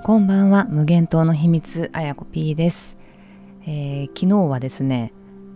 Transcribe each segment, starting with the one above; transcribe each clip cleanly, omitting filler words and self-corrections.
こんばんは。無限島の秘密、あやこ P です。昨日はですね、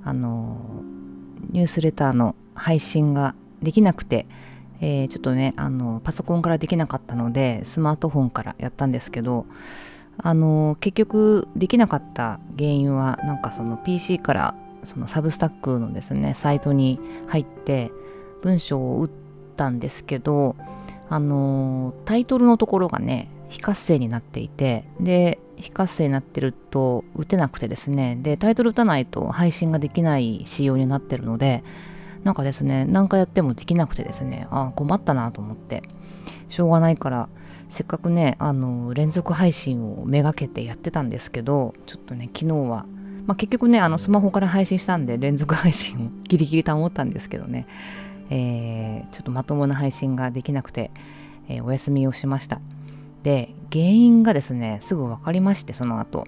ニュースレターの配信ができなくて、ちょっとね、パソコンからできなかったので、スマートフォンからやったんですけど、結局できなかった原因は、なんかその PC からそのサブスタックのですね、サイトに入って文章を打ったんですけど、タイトルのところがね、非活性になっていて、で非活性になってると打てなくてですね、でタイトル打たないと配信ができない仕様になってるので、なんかですね、何回やってもできなくてですね、困ったなと思って、しょうがないからせっかくね、連続配信をめがけてやってたんですけど、ちょっとね、昨日は結局ね、スマホから配信したんで連続配信をギリギリ保ったんですけどね、ちょっとまともな配信ができなくて、お休みをしました。で、原因がですね、すぐ分かりまして、その後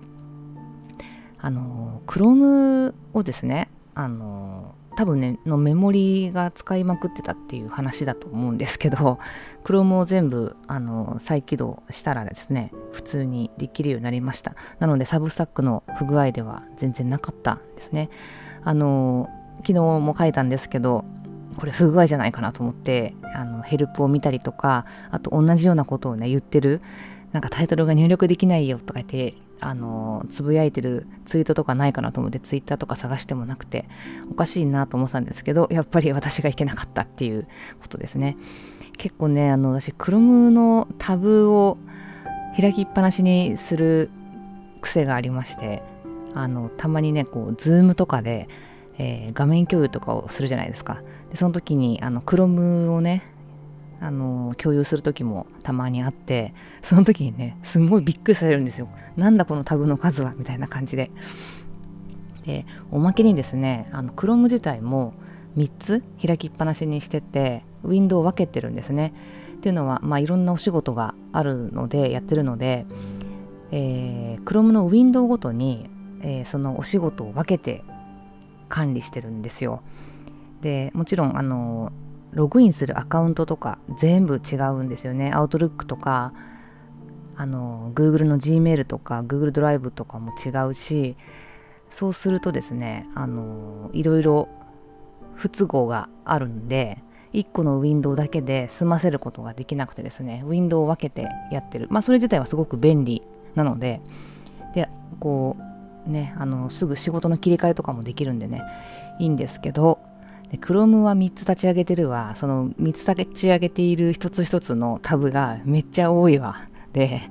Chrome をですね、多分ねのメモリが使いまくってたっていう話だと思うんですけど、Chrome を全部再起動したらですね、普通にできるようになりました。なのでサブスタックの不具合では全然なかったんですね。昨日も書いたんですけど、これ不具合じゃないかなと思ってヘルプを見たりとか、あと同じようなことをね言ってる、なんかタイトルが入力できないよとか言ってつぶやいてるツイートとかないかなと思ってツイッターとか探してもなくて、おかしいなと思ってたんですけど、やっぱり私がいけなかったっていうことですね。結構ね、私 Chrome のタブを開きっぱなしにする癖がありまして、たまにねこう Zoom とかで、画面共有とかをするじゃないですか。でその時にChrome をね共有する時もたまにあって、その時にねすんごいびっくりされるんですよ。なんだこのタブの数はみたいな感じで。でおまけにですね、Chrome 自体も3つ開きっぱなしにしてて、ウィンドウを分けてるんですね。っていうのは、いろんなお仕事があるのでやってるので、Chrome のウィンドウごとに、そのお仕事を分けて管理してるんですよ。でもちろんログインするアカウントとか全部違うんですよね。Outlook とかGoogle の Gmail とか Google ドライブとかも違うし、そうするとですね、いろいろ不都合があるんで、1個のウィンドウだけで済ませることができなくてですね、ウィンドウを分けてやってる。それ自体はすごく便利なので、でこうね、すぐ仕事の切り替えとかもできるんでね、いいんですけど、で Chrome は3つ立ち上げてるわ。その3つ立ち上げている一つ一つのタブがめっちゃ多いわ。で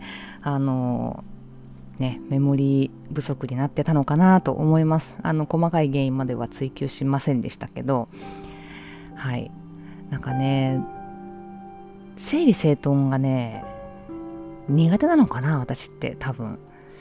メモリ不足になってたのかなと思います。細かい原因までは追求しませんでしたけど、はい、なんかね、整理整頓がね苦手なのかな、私って多分。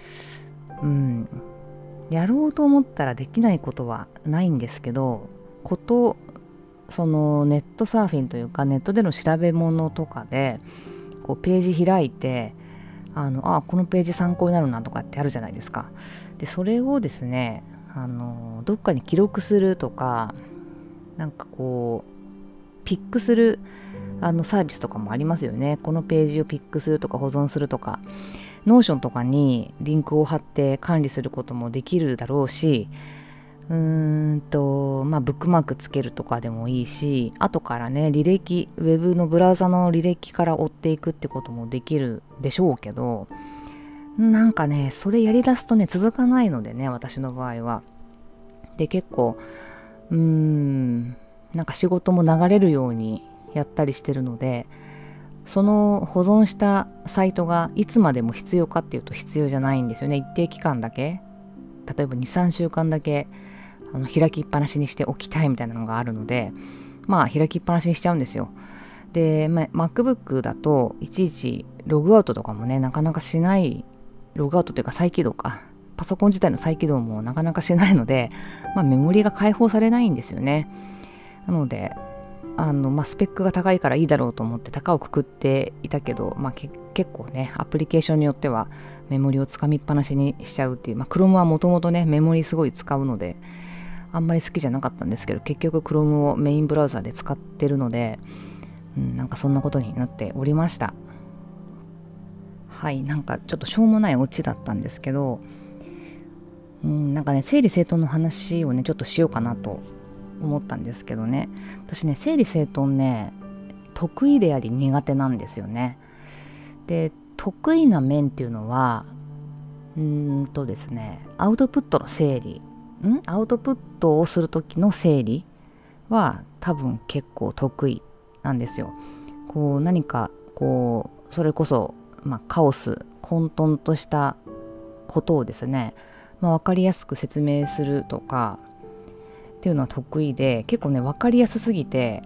やろうと思ったらできないことはないんですけど、そのネットサーフィンというかネットでの調べ物とかでこうページ開いてこのページ参考になるなとかってあるじゃないですか。でそれをですねどっかに記録するとか、なんかこうピックするサービスとかもありますよね。このページをピックするとか保存するとか、ノーションとかにリンクを貼って管理することもできるだろうし、ブックマークつけるとかでもいいし、後からね履歴、ウェブのブラウザの履歴から追っていくってこともできるでしょうけど、なんかねそれやりだすとね続かないのでね、私の場合は。で結構なんか仕事も流れるようにやったりしてるので、その保存したサイトがいつまでも必要かっていうと必要じゃないんですよね。一定期間だけ、例えば 2,3 週間だけ開きっぱなしにしておきたいみたいなのがあるので、開きっぱなしにしちゃうんですよ。で、MacBook だといちいちログアウトとかもねなかなかしない、ログアウトというか再起動か、パソコン自体の再起動もなかなかしないので、メモリが解放されないんですよね。なのでスペックが高いからいいだろうと思って高をくくっていたけど、結構ねアプリケーションによってはメモリをつかみっぱなしにしちゃうっていう、Chrome はもともとねメモリすごい使うのであんまり好きじゃなかったんですけど、結局 Chrome をメインブラウザで使ってるので、なんかそんなことになっておりました。 はい、なんかちょっとしょうもないオチだったんですけど、なんかね、整理整頓の話をねちょっとしようかなと思ったんですけどね、私ね整理整頓ね得意であり苦手なんですよね。で、得意な面っていうのはですね、アウトプットの整理、アウトプットをする時の整理は多分結構得意なんですよ。こう何かこうそれこそ、カオス混沌としたことをですね、分かりやすく説明するとかっていうのは得意で、結構ね分かりやすすぎて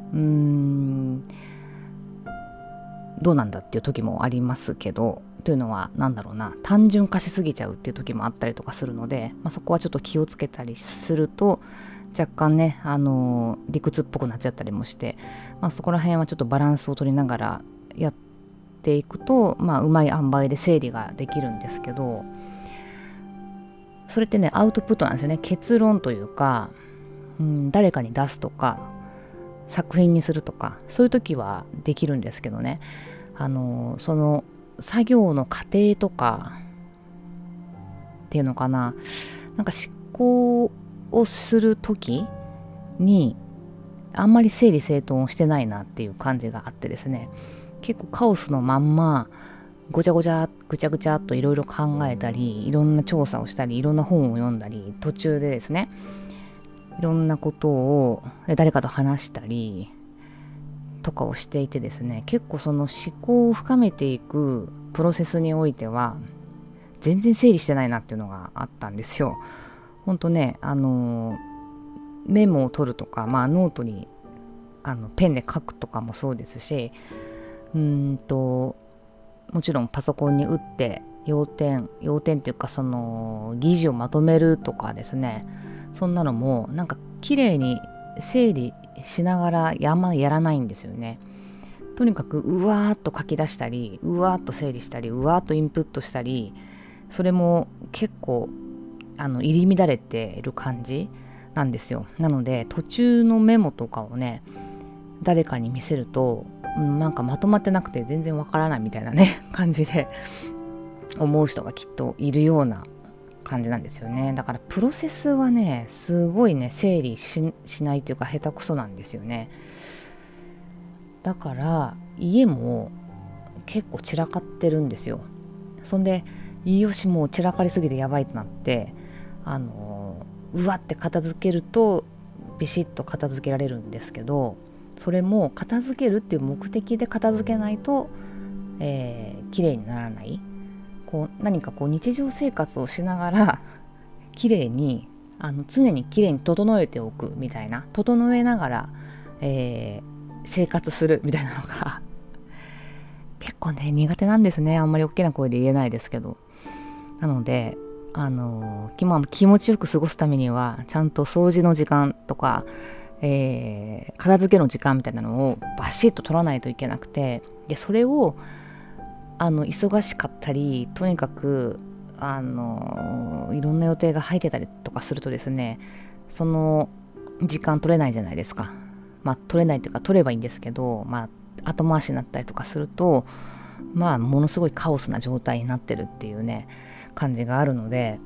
どうなんだっていう時もありますけど、というのは単純化しすぎちゃうっていう時もあったりとかするので、そこはちょっと気をつけたりすると若干ね理屈っぽくなっちゃったりもして、そこら辺はちょっとバランスを取りながらやっていくと、うまい塩梅で整理ができるんですけど、それってねアウトプットなんですよね。結論というか、誰かに出すとか作品にするとかそういう時はできるんですけどね、その作業の過程とかっていうのかな、なんか思考をする時にあんまり整理整頓をしてないなっていう感じがあってですね、結構カオスのまんまぐちゃぐちゃっといろいろ考えたり、いろんな調査をしたり、いろんな本を読んだり、途中でですねいろんなことを誰かと話したりとかをしていてですね、結構その思考を深めていくプロセスにおいては全然整理してないなっていうのがあったんですよ。ほんとね、メモを取るとか、ノートにペンで書くとかもそうですし、もちろんパソコンに打って要点っていうか、その議事をまとめるとかですね、そんなのもなんか綺麗に整理しながらやらないんですよね。とにかくうわーっと書き出したり、うわーっと整理したり、うわーっとインプットしたり、それも結構入り乱れている感じなんですよ。なので途中のメモとかをね誰かに見せると、なんかまとまってなくて全然わからないみたいなね感じで思う人がきっといるような感じなんですよね。だからプロセスはねすごいね整理 しないというか下手くそなんですよね。だから家も結構散らかってるんですよ。そんでよしもう散らかりすぎてやばいとなって、うわって片付けるとビシッと片付けられるんですけど、それも片付けるっていう目的で片付けないと、綺麗にならない。こう何かこう日常生活をしながら綺麗に常に綺麗に整えておくみたいな、整えながら、生活するみたいなのが結構ね苦手なんですね。あんまり大きな声で言えないですけど、なので気持ちよく過ごすためにはちゃんと掃除の時間とか、片付けの時間みたいなのをバシッと取らないといけなくて、でそれを忙しかったり、とにかくいろんな予定が入ってたりとかするとですね、その時間取れないじゃないですか。取れないというか取ればいいんですけど、後回しになったりとかするとものすごいカオスな状態になってるっていうね感じがあるので、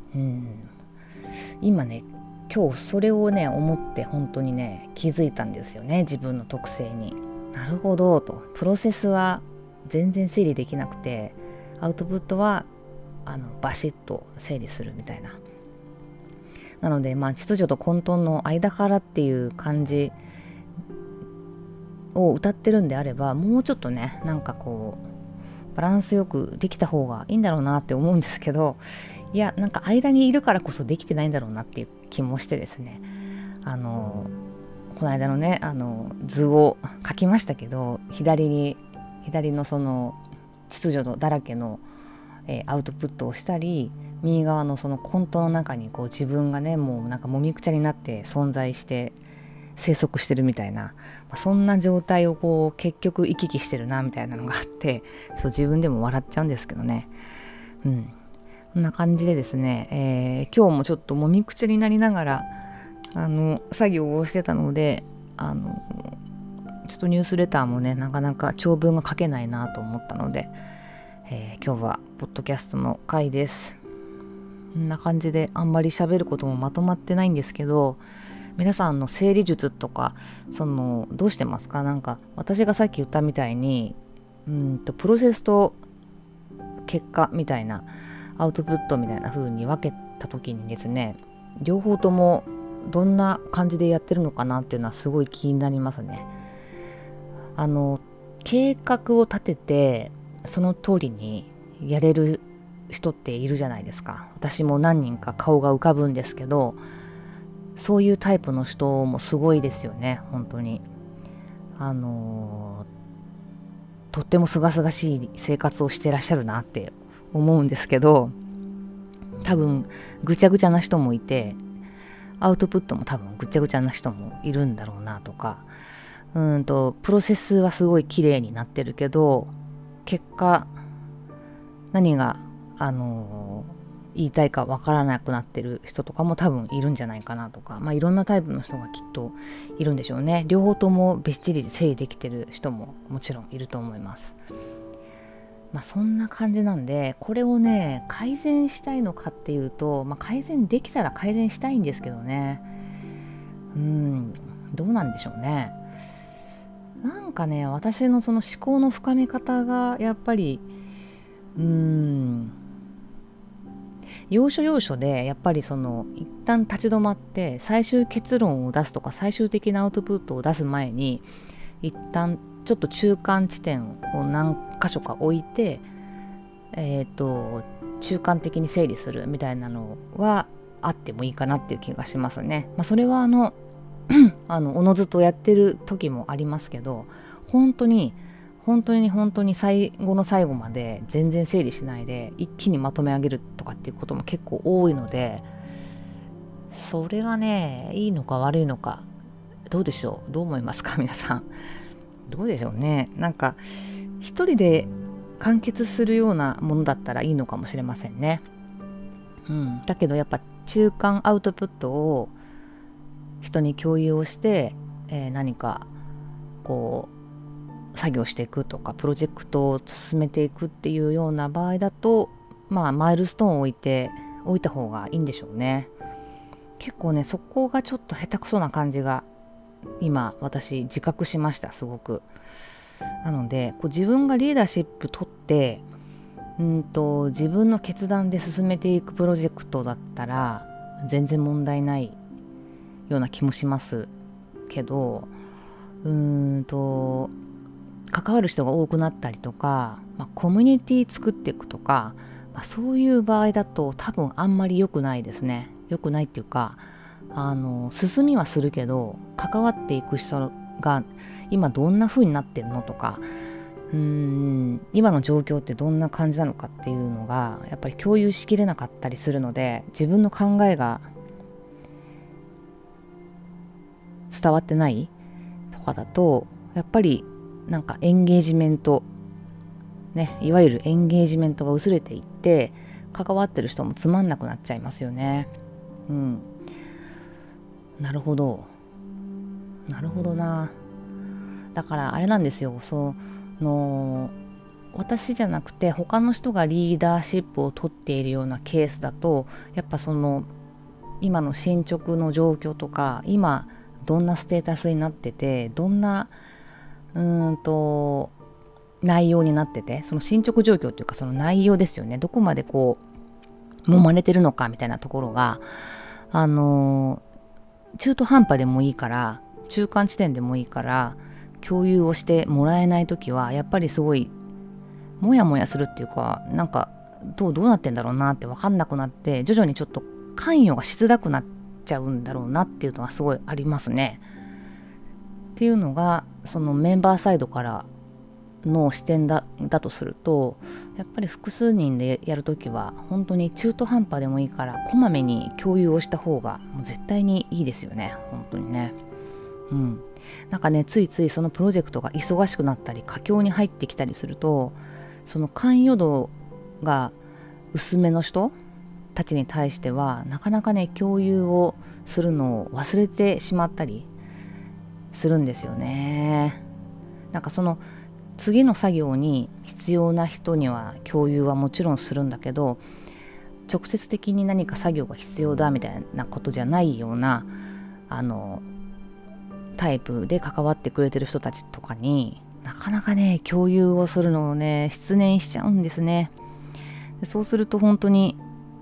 今ね今日それをね思って本当にね気づいたんですよね、自分の特性に。なるほどと、プロセスは全然整理できなくて、アウトプットはバシッと整理するみたいな。なので秩序と混沌の間からっていう感じを歌ってるんであれば、もうちょっとねなんかこうバランスよくできた方がいいんだろうなって思うんですけど、いやなんか間にいるからこそできてないんだろうなっていう気もしてですね、この間のね図を書きましたけど、左のその秩序だらけの、アウトプットをしたり、右側のその混沌の中にこう自分がねもうなんかもみくちゃになって存在して生息してるみたいな、そんな状態をこう結局行き来してるなみたいなのがあって、自分でも笑っちゃうんですけどね。こんな感じでですね、今日もちょっともみくちゃになりながら作業をしてたので、ちょっとニュースレターもねなかなか長文が書けないなと思ったので、 今日はポッドキャストの回です。こんな感じであんまり喋ることもまとまってないんですけど、皆さんの整理術とかどうしてますか？なんか私がさっき言ったみたいにプロセスと結果みたいな、アウトプットみたいな風に分けた時にですね、両方ともどんな感じでやってるのかなっていうのはすごい気になりますね。計画を立ててその通りにやれる人っているじゃないですか。私も何人か顔が浮かぶんですけど、そういうタイプの人もすごいですよね、本当に。とっても清々しい生活をしてらっしゃるなって思うんですけど、多分ぐちゃぐちゃな人もいて、アウトプットも多分ぐちゃぐちゃな人もいるんだろうなとか、プロセスはすごい綺麗になってるけど、結果何が言いたいかわからなくなってる人とかも多分いるんじゃないかなとか、いろんなタイプの人がきっといるんでしょうね。両方ともびっちり整理できてる人ももちろんいると思います。そんな感じなんで、これをね改善したいのかっていうと、改善できたら改善したいんですけどね。どうなんでしょうね。なんかね、私のその思考の深め方がやっぱり要所要所でやっぱり一旦立ち止まって最終結論を出すとか最終的なアウトプットを出す前に、一旦ちょっと中間地点を何箇所か置いて、中間的に整理するみたいなのはあってもいいかなっていう気がしますね。それはおのずとやってる時もありますけど、本当に最後の最後まで全然整理しないで一気にまとめ上げるとかっていうことも結構多いので、それがねいいのか悪いのか、どうでしょう、どう思いますか皆さん。どうでしょうね。なんか一人で完結するようなものだったらいいのかもしれませんね。だけどやっぱ中間アウトプットを人に共有をして、何かこう作業していくとかプロジェクトを進めていくっていうような場合だと、マイルストーンを置いた方がいいんでしょうね。結構ねそこがちょっと下手くそな感じが今私自覚しました、すごく。なので自分がリーダーシップ取って自分の決断で進めていくプロジェクトだったら全然問題ないような気もしますけど、関わる人が多くなったりとか、コミュニティ作っていくとか、そういう場合だと多分あんまり良くないですね。良くないっていうか、進みはするけど関わっていく人が今どんな風になってんのとか、今の状況ってどんな感じなのかっていうのがやっぱり共有しきれなかったりするので、自分の考えが伝わってないとかだと、やっぱりなんかエンゲージメントね、いわゆるエンゲージメントが薄れていって関わってる人もつまんなくなっちゃいますよね。なるほどな。だからあれなんですよ、私じゃなくて他の人がリーダーシップを取っているようなケースだと、やっぱ今の進捗の状況とか、今どんなステータスになってて、どんな内容になってて、その進捗状況っていうかその内容ですよね。どこまで揉まれてるのかみたいなところが中途半端でもいいから、中間地点でもいいから共有をしてもらえないときはやっぱりすごいモヤモヤするっていうか、なんかどうなってんだろうなって分かんなくなって、徐々にちょっと関与がしづらくなっちゃうんだろうなっていうのはすごいありますね。っていうのがそのメンバーサイドからの視点だとすると、やっぱり複数人でやるときは本当に中途半端でもいいからこまめに共有をした方がもう絶対にいいですよね、本当にね。なんかね、ついついそのプロジェクトが忙しくなったり佳境に入ってきたりすると、その関与度が薄めの人たちに対してはなかなかね共有をするのを忘れてしまったりするんですよね。なんか次の作業に必要な人には共有はもちろんするんだけど、直接的に何か作業が必要だみたいなことじゃないようなタイプで関わってくれてる人たちとかになかなかね共有をするのをね失念しちゃうんですね。でそうすると本当に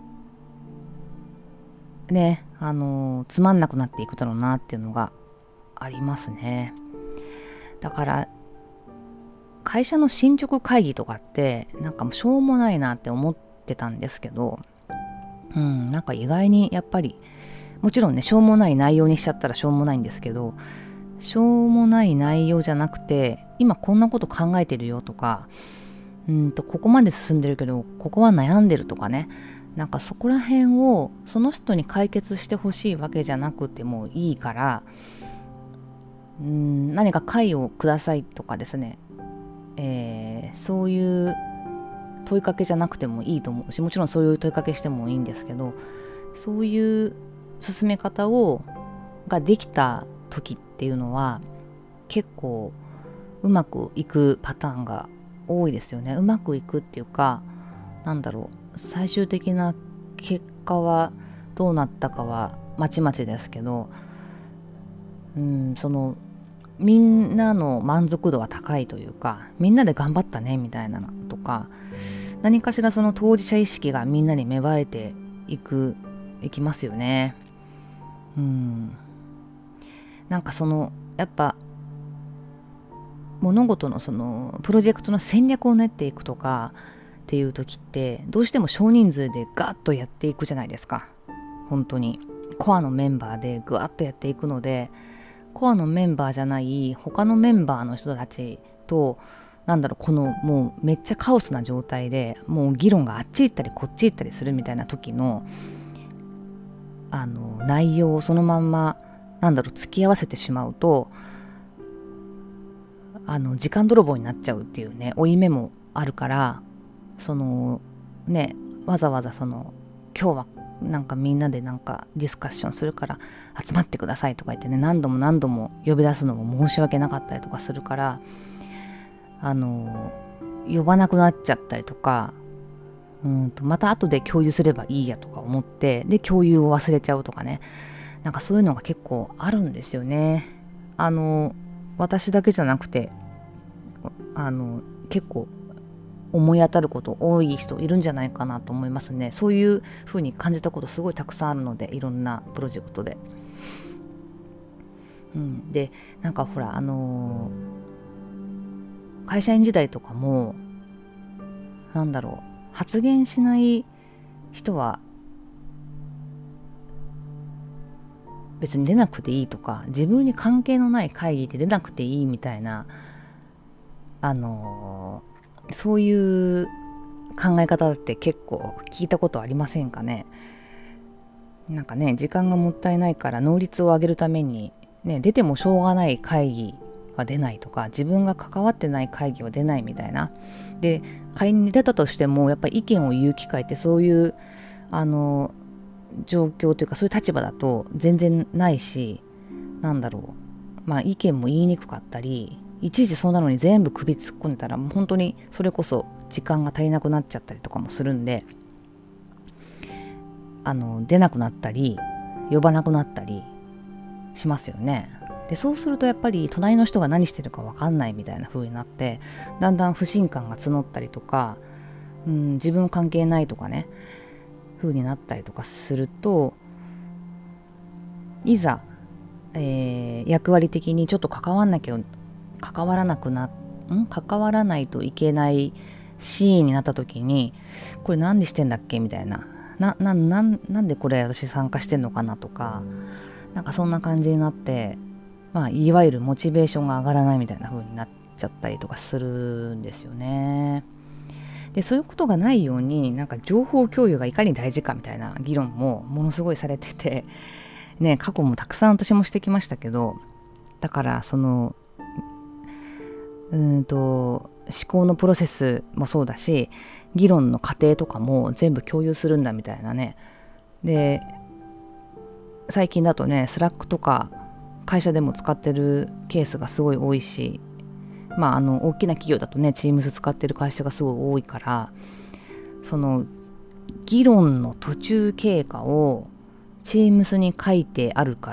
ねつまんなくなっていくだろうなっていうのがありますね。だから会社の進捗会議とかってなんかもうしょうもないなって思ってたんですけど、なんか意外にやっぱりもちろんねしょうもない内容にしちゃったらしょうもないんですけど、しょうもない内容じゃなくて今こんなこと考えてるよとか、ここまで進んでるけどここは悩んでるとかね、なんかそこら辺をその人に解決してほしいわけじゃなくてもいいから、何か解をくださいとかですね、そういう問いかけじゃなくてもいいと思うし、もちろんそういう問いかけしてもいいんですけど、そういう進め方ができた時っていうのは結構うまくいくパターンが多いですよね。うまくいくっていうか、最終的な結果はどうなったかはまちまちですけど、みんなの満足度は高いというか、みんなで頑張ったねみたいなのとか、何かしらその当事者意識がみんなに芽生えていきますよね。なんかやっぱ物事のプロジェクトの戦略を練っていくとかっていう時ってどうしても少人数でガーッとやっていくじゃないですか。本当にコアのメンバーでガーッとやっていくので、コアのメンバーじゃない他のメンバーの人たちとこのもうめっちゃカオスな状態でもう議論があっち行ったりこっち行ったりするみたいな時の内容をそのまんま付き合わせてしまうと時間泥棒になっちゃうっていうね負い目もあるから、わざわざ今日はみんなでディスカッションするから集まってくださいとか言ってね、何度も呼び出すのも申し訳なかったりとかするから、呼ばなくなっちゃったりとか、また後で共有すればいいやとか思ってで共有を忘れちゃうとかね、そういうのが結構あるんですよね。私だけじゃなくて結構思い当たること多い人いるんじゃないかなと思いますね。そういう風に感じたことすごいたくさんあるので、いろんなプロジェクトで、でほら会社員時代とかも発言しない人は別に出なくていいとか、自分に関係のない会議で出なくていいみたいなそういう考え方って結構聞いたことありませんかね。時間がもったいないから能率を上げるために出てもしょうがない会議は出ないとか、自分が関わってない会議は出ないみたいな。で仮に出たとしてもやっぱり意見を言う機会ってそういう状況というかそういう立場だと全然ないし、意見も言いにくかったり、いちいちそんなのに全部首突っ込んでたらもう本当にそれこそ時間が足りなくなっちゃったりとかもするんで、出なくなったり呼ばなくなったりしますよね。でそうするとやっぱり隣の人が何してるか分かんないみたいな風になって、だんだん不信感が募ったりとか、自分関係ないとかね風になったりとかすると、いざ、役割的にちょっと関わらないといけないシーンになった時に、これなんでしてんだっけみたいな、なんでこれ私参加してんのかなとか、そんな感じになって、いわゆるモチベーションが上がらないみたいな風になっちゃったりとかするんですよね。でそういうことがないように情報共有がいかに大事かみたいな議論もものすごいされててね、過去もたくさん私もしてきましたけど、だから思考のプロセスもそうだし、議論の過程とかも全部共有するんだみたいなね。で最近だとねスラックとか会社でも使ってるケースがすごい多いし、 大きな企業だとね Teams 使ってる会社がすごい多いから、その議論の途中経過を Teams に書いてあるから、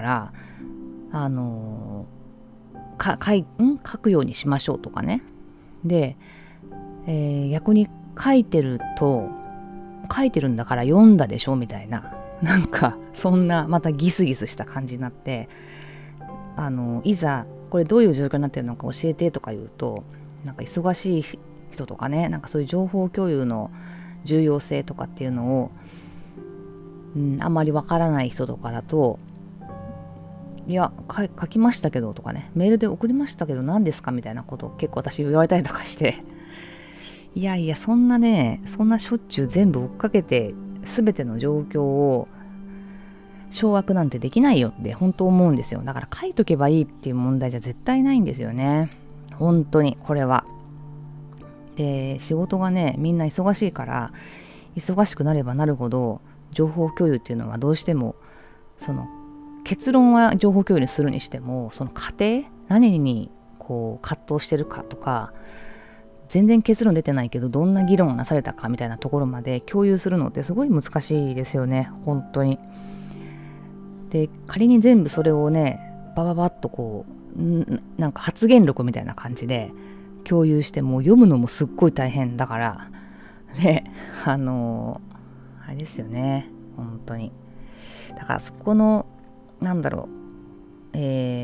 書くようにしましょうとかね。で、逆に書いてるんだから読んだでしょみたいな、なんかそんなまたギスギスした感じになって、いざこれどういう状況になってるのか教えてとか言うと、なんか忙しい人とかね、なんかそういう情報共有の重要性とかっていうのを、あんまりわからない人とかだと、いや書きましたけどとかね、メールで送りましたけど何ですかみたいなことを結構私言われたりとかして、いやいやそんなしょっちゅう全部追っかけて全ての状況を掌握なんてできないよって本当思うんですよ。だから書いとけばいいっていう問題じゃ絶対ないんですよね、本当にこれは。で、仕事がねみんな忙しいから、忙しくなればなるほど情報共有っていうのはどうしても、その結論は情報共有にするにしても、その過程、何にこう葛藤してるかとか、全然結論出てないけどどんな議論がなされたかみたいなところまで共有するのってすごい難しいですよね、本当に。で、仮に全部それをねバババッとこうなんか発言録みたいな感じで共有しても、読むのもすっごい大変だからね、あれですよね本当に。だからそこのなんだろう、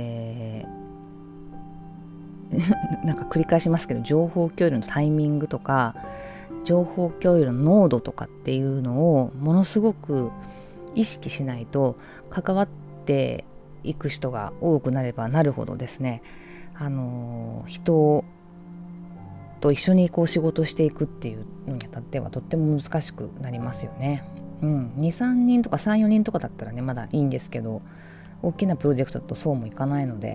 なんか繰り返しますけど、情報共有のタイミングとか情報共有の濃度とかっていうのをものすごく意識しないと、関わっていく人が多くなればなるほどですね、人と一緒にこう仕事していくっていうのにあたってはとっても難しくなりますよね。2、3人とか3、4人とかだったらねまだいいんですけど、大きなプロジェクトだとそうもいかないので、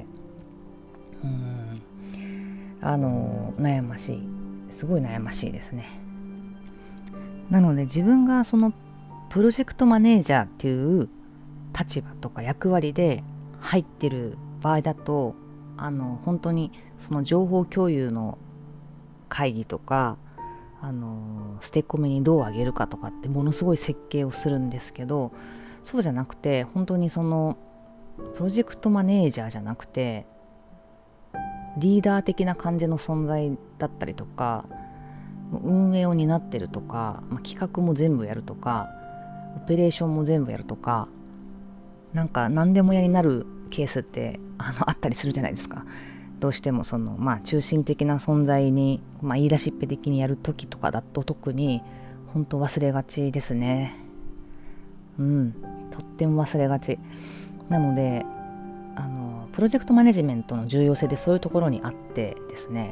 悩ましい、すごい悩ましいですね。なので自分がそのプロジェクトマネージャーっていう立場とか役割で入ってる場合だと、本当にその情報共有の会議とか、ステコミにどう上げるかとかってものすごい設計をするんですけど、そうじゃなくて本当にそのプロジェクトマネージャーじゃなくてリーダー的な感じの存在だったりとか、運営を担ってるとか、企画も全部やるとか、オペレーションも全部やるとか、なんか何でもやになるケースってあったりするじゃないですか。どうしてもその中心的な存在に、言い出しっぺ的にやる時とかだと特に本当忘れがちですね。とっても忘れがちなので、プロジェクトマネジメントの重要性でそういうところにあってですね、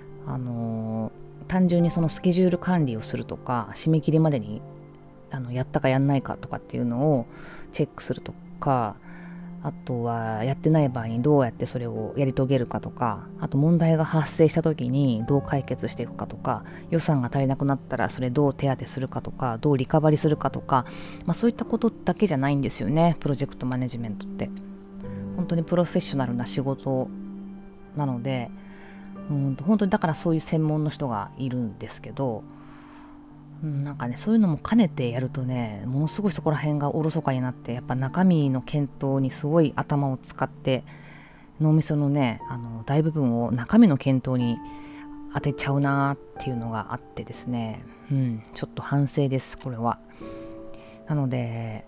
単純にそのスケジュール管理をするとか、締め切りまでにやったかやんないかとかっていうのをチェックするとか、あとはやってない場合にどうやってそれをやり遂げるかとか、あと問題が発生した時にどう解決していくかとか、予算が足りなくなったらそれどう手当てするかとか、どうリカバリするかとか、そういったことだけじゃないんですよね、プロジェクトマネジメントって。本当にプロフェッショナルな仕事なので、本当にだからそういう専門の人がいるんですけど、なんかねそういうのも兼ねてやるとね、ものすごいそこら辺がおろそかになって、やっぱ中身の検討にすごい頭を使って、脳みそのね大部分を中身の検討に当てちゃうなっていうのがあってですね、ちょっと反省ですこれは。なので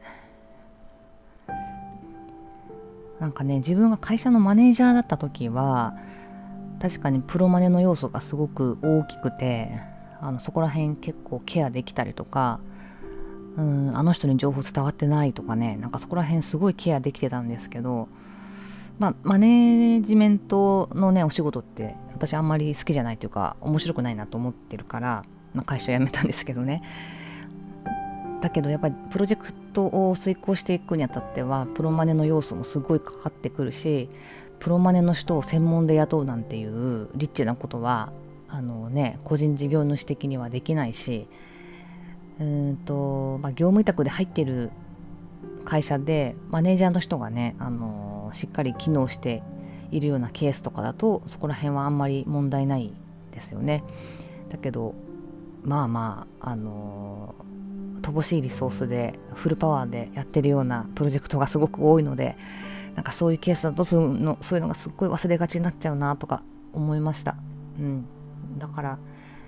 なんかね、自分が会社のマネージャーだった時は確かにプロマネの要素がすごく大きくて、そこら辺結構ケアできたりとか、あの人に情報伝わってないとかね、なんかそこら辺すごいケアできてたんですけど、マネージメントのねお仕事って私あんまり好きじゃないというか面白くないなと思ってるから、会社辞めたんですけどね。だけどやっぱりプロジェクトを遂行していくにあたってはプロマネの要素もすごいかかってくるし、プロマネの人を専門で雇うなんていうリッチなことは個人事業主的にはできないし、業務委託で入っている会社でマネージャーの人がねしっかり機能しているようなケースとかだとそこら辺はあんまり問題ないですよね。だけど乏しいリソースでフルパワーでやってるようなプロジェクトがすごく多いので、なんかそういうケースだとそういうのがすっごい忘れがちになっちゃうなとか思いました。だから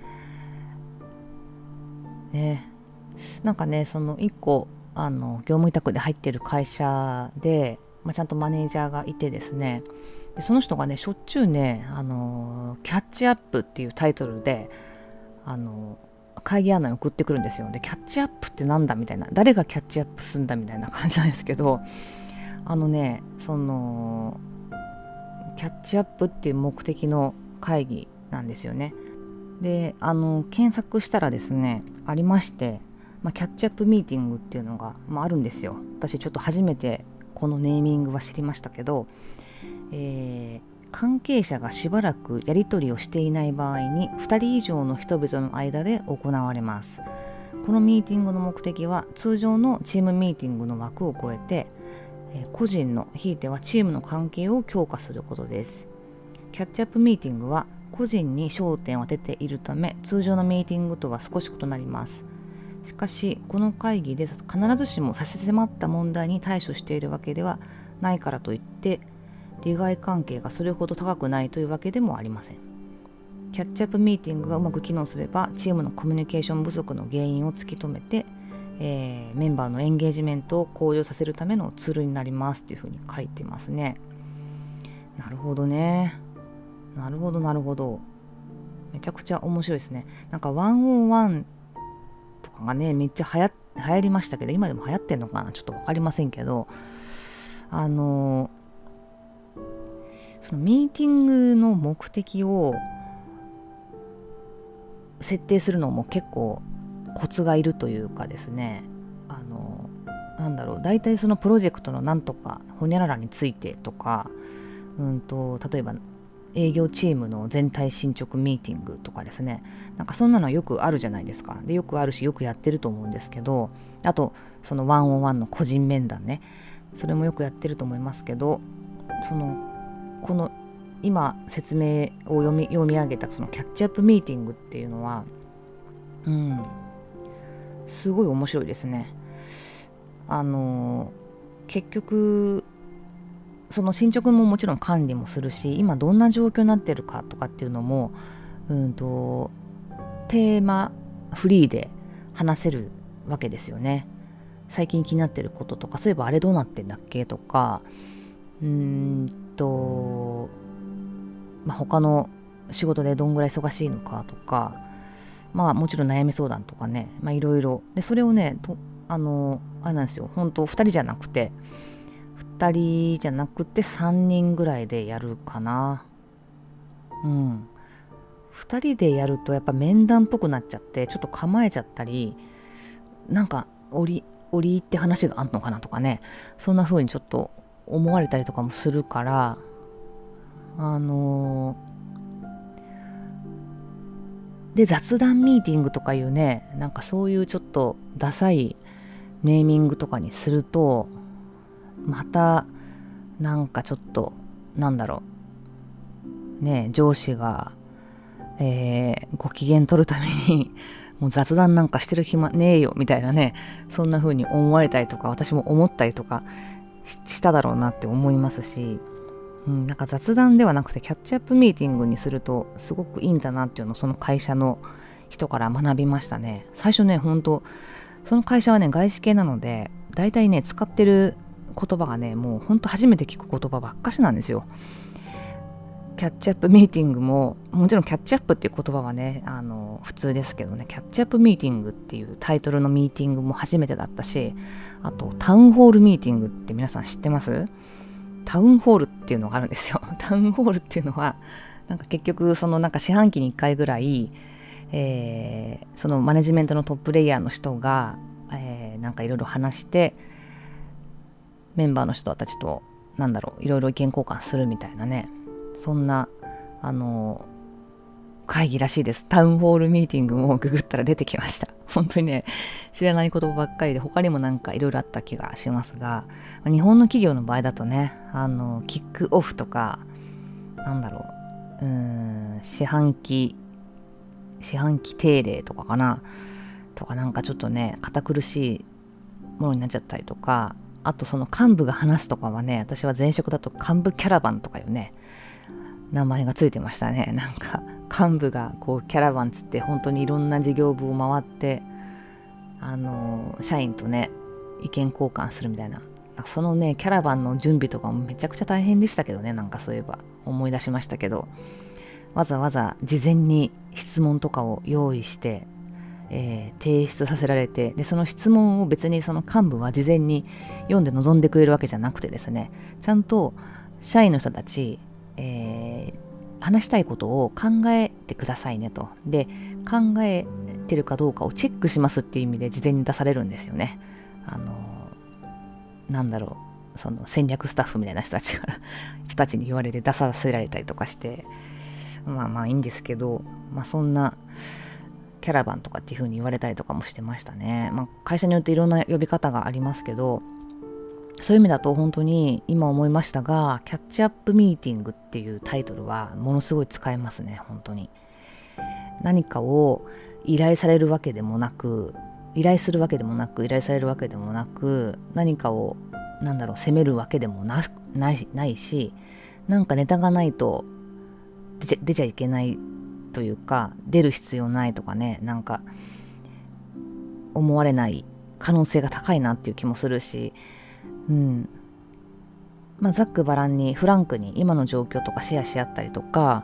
ね、なんかね、その1個業務委託で入ってる会社で、ちゃんとマネージャーがいてですね、でその人がねしょっちゅうねキャッチアップっていうタイトルで会議案内を送ってくるんですよ。でキャッチアップってなんだみたいな、誰がキャッチアップするんだみたいな感じなんですけど、そのキャッチアップっていう目的の会議なんですよね。で検索したらですねありまして、キャッチアップミーティングっていうのが、あるんですよ。私ちょっと初めてこのネーミングは知りましたけど、関係者がしばらくやり取りをしていない場合に2人以上の人々の間で行われます。このミーティングの目的は通常のチームミーティングの枠を超えて、個人のひいてはチームの関係を強化することです。キャッチアップミーティングは個人に焦点を当てているため、通常のミーティングとは少し異なります。しかしこの会議で必ずしも差し迫った問題に対処しているわけではないからといって利害関係がそれほど高くないというわけでもありません。キャッチアップミーティングがうまく機能すればチームのコミュニケーション不足の原因を突き止めて、メンバーのエンゲージメントを向上させるためのツールになりますというふうに書いてますね。なるほどね。なるほど。めちゃくちゃ面白いですね。なんか101とかがねめっちゃ流行りましたけど、今でも流行ってんのかなちょっと分かりませんけど、そのミーティングの目的を設定するのも結構コツがいるというかですね、大体そのプロジェクトのなんとかほにゃららについてとか、例えば営業チームの全体進捗ミーティングとかですね、なんかそんなのはよくあるじゃないですか。でよくあるしよくやってると思うんですけど、あとその101の個人面談ね、それもよくやってると思いますけど、この今説明を読み上げたそのキャッチアップミーティングっていうのはすごい面白いですね。結局その進捗ももちろん管理もするし、今どんな状況になってるかとかっていうのもテーマフリーで話せるわけですよね。最近気になってることとか、そういえばあれどうなってんだっけとか、他の仕事でどんぐらい忙しいのかとか、もちろん悩み相談とかね、いろいろで、それをねあれなんですよ、本当2人じゃなくて3人ぐらいでやるかな。2人でやるとやっぱ面談っぽくなっちゃって、ちょっと構えちゃったり、なんか折り入って話があんのかなとかね、そんな風にちょっと思われたりとかもするから、で雑談ミーティングとかいうね、なんかそういうちょっとダサいネーミングとかにすると、またなんかちょっと上司が、ご機嫌取るためにもう雑談なんかしてる暇ねえよみたいなね、そんな風に思われたりとか、私も思ったりとかしただろうなって思いますし、なんか雑談ではなくてキャッチアップミーティングにするとすごくいいんだなっていうのをその会社の人から学びましたね。最初ね、本当その会社はね外資系なので、だいたいね使ってる言葉がね、もう本当初めて聞く言葉ばっかしなんですよ。キャッチアップミーティングももちろんキャッチアップっていう言葉はね普通ですけどね、キャッチアップミーティングっていうタイトルのミーティングも初めてだったし、あとタウンホールミーティングって皆さん知ってます？タウンホールっていうのがあるんですよ。タウンホールっていうのはなんか結局そのなんか四半期に1回ぐらい、そのマネジメントのトップレイヤーの人が、なんかいろいろ話してメンバーの人たちといろいろ意見交換するみたいなね、そんな会議らしいです。タウンホールミーティングもググったら出てきました。本当にね知らない言葉ばっかりで、他にもなんかいろいろあった気がしますが、日本の企業の場合だとねキックオフとかなんだろう、四半期定例とかかなとか、なんかちょっとね堅苦しいものになっちゃったりとか、あとその幹部が話すとかはね、私は前職だと幹部キャラバンとかいうね名前がついてましたね。なんか幹部がこうキャラバンつって本当にいろんな事業部を回って社員とね意見交換するみたいな、そのねキャラバンの準備とかもめちゃくちゃ大変でしたけどね。なんかそういえば思い出しましたけど、わざわざ事前に質問とかを用意して、提出させられて、でその質問を別にその幹部は事前に読んで臨んでくれるわけじゃなくてですね、ちゃんと社員の人たち、話したいことを考えてくださいねと、で考えてるかどうかをチェックしますっていう意味で事前に出されるんですよね。なんだろう、その戦略スタッフみたいな人たちに言われて出させられたりとかして、まあいいんですけど、そんなキャラバンとかっていう風に言われたりとかもしてましたね。会社によっていろんな呼び方がありますけど、そういう意味だと本当に今思いましたが、キャッチアップミーティングっていうタイトルはものすごい使えますね。本当に何かを依頼されるわけでもなく、依頼されるわけでもなく、何かを責めるわけでもないし、なんかネタがないと出ちゃいけないというか、出る必要ないとかね、なんか思われない可能性が高いなっていう気もするし、ざっくばらんにフランクに今の状況とかシェアし合ったりとか、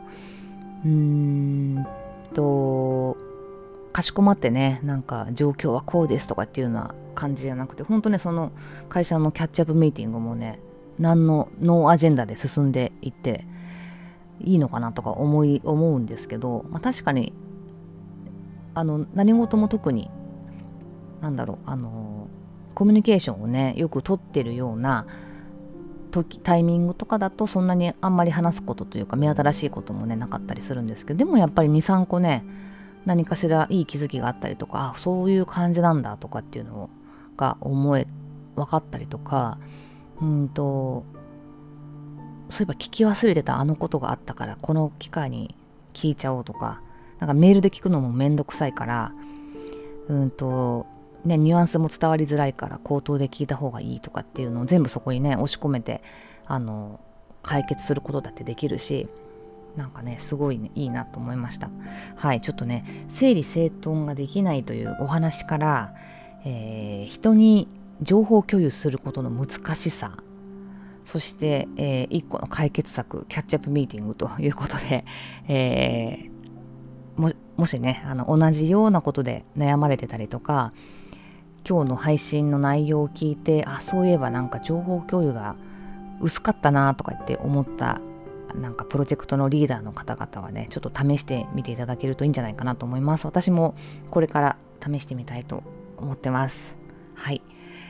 かしこまってね、なんか状況はこうですとかっていうような感じじゃなくて、本当ねその会社のキャッチアップミーティングもね、何のノーアジェンダで進んでいっていいのかなとか思うんですけど、確かに何事も特にコミュニケーションをねよく取ってるようなタイミングとかだと、そんなにあんまり話すことというか目新しいこともねなかったりするんですけど、でもやっぱり 2,3 個ね何かしらいい気づきがあったりとか、そういう感じなんだとかっていうのが分かったりとか、そういえば聞き忘れてたあのことがあったからこの機会に聞いちゃおうとか、なんかメールで聞くのもめんどくさいから、ニュアンスも伝わりづらいから口頭で聞いた方がいいとかっていうのを全部そこにね押し込めて解決することだってできるし、なんかねすごいねいいなと思いました。はい、ちょっとね整理整頓ができないというお話から、人に情報共有することの難しさ、そして、一個の解決策、キャッチアップミーティングということで、もしね同じようなことで悩まれてたりとか、今日の配信の内容を聞いて、そういえばなんか情報共有が薄かったなとかって思ったなんかプロジェクトのリーダーの方々はね、ちょっと試してみていただけるといいんじゃないかなと思います。私もこれから試してみたいと思ってます。はい。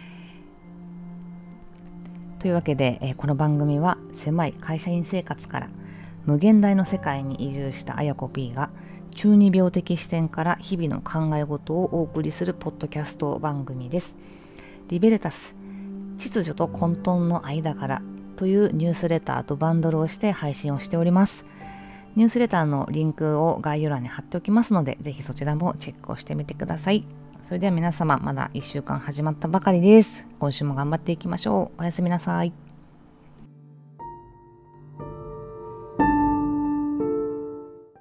というわけで、この番組は狭い会社員生活から無限大の世界に移住したあやこ P が中二病的視点から日々の考え事をお送りするポッドキャスト番組です。リベルタス、秩序と混沌の間からというニュースレターとバンドルをして配信をしております。ニュースレターのリンクを概要欄に貼っておきますので、ぜひそちらもチェックをしてみてください。それでは皆様、まだ1週間始まったばかりです。今週も頑張っていきましょう。おやすみなさい。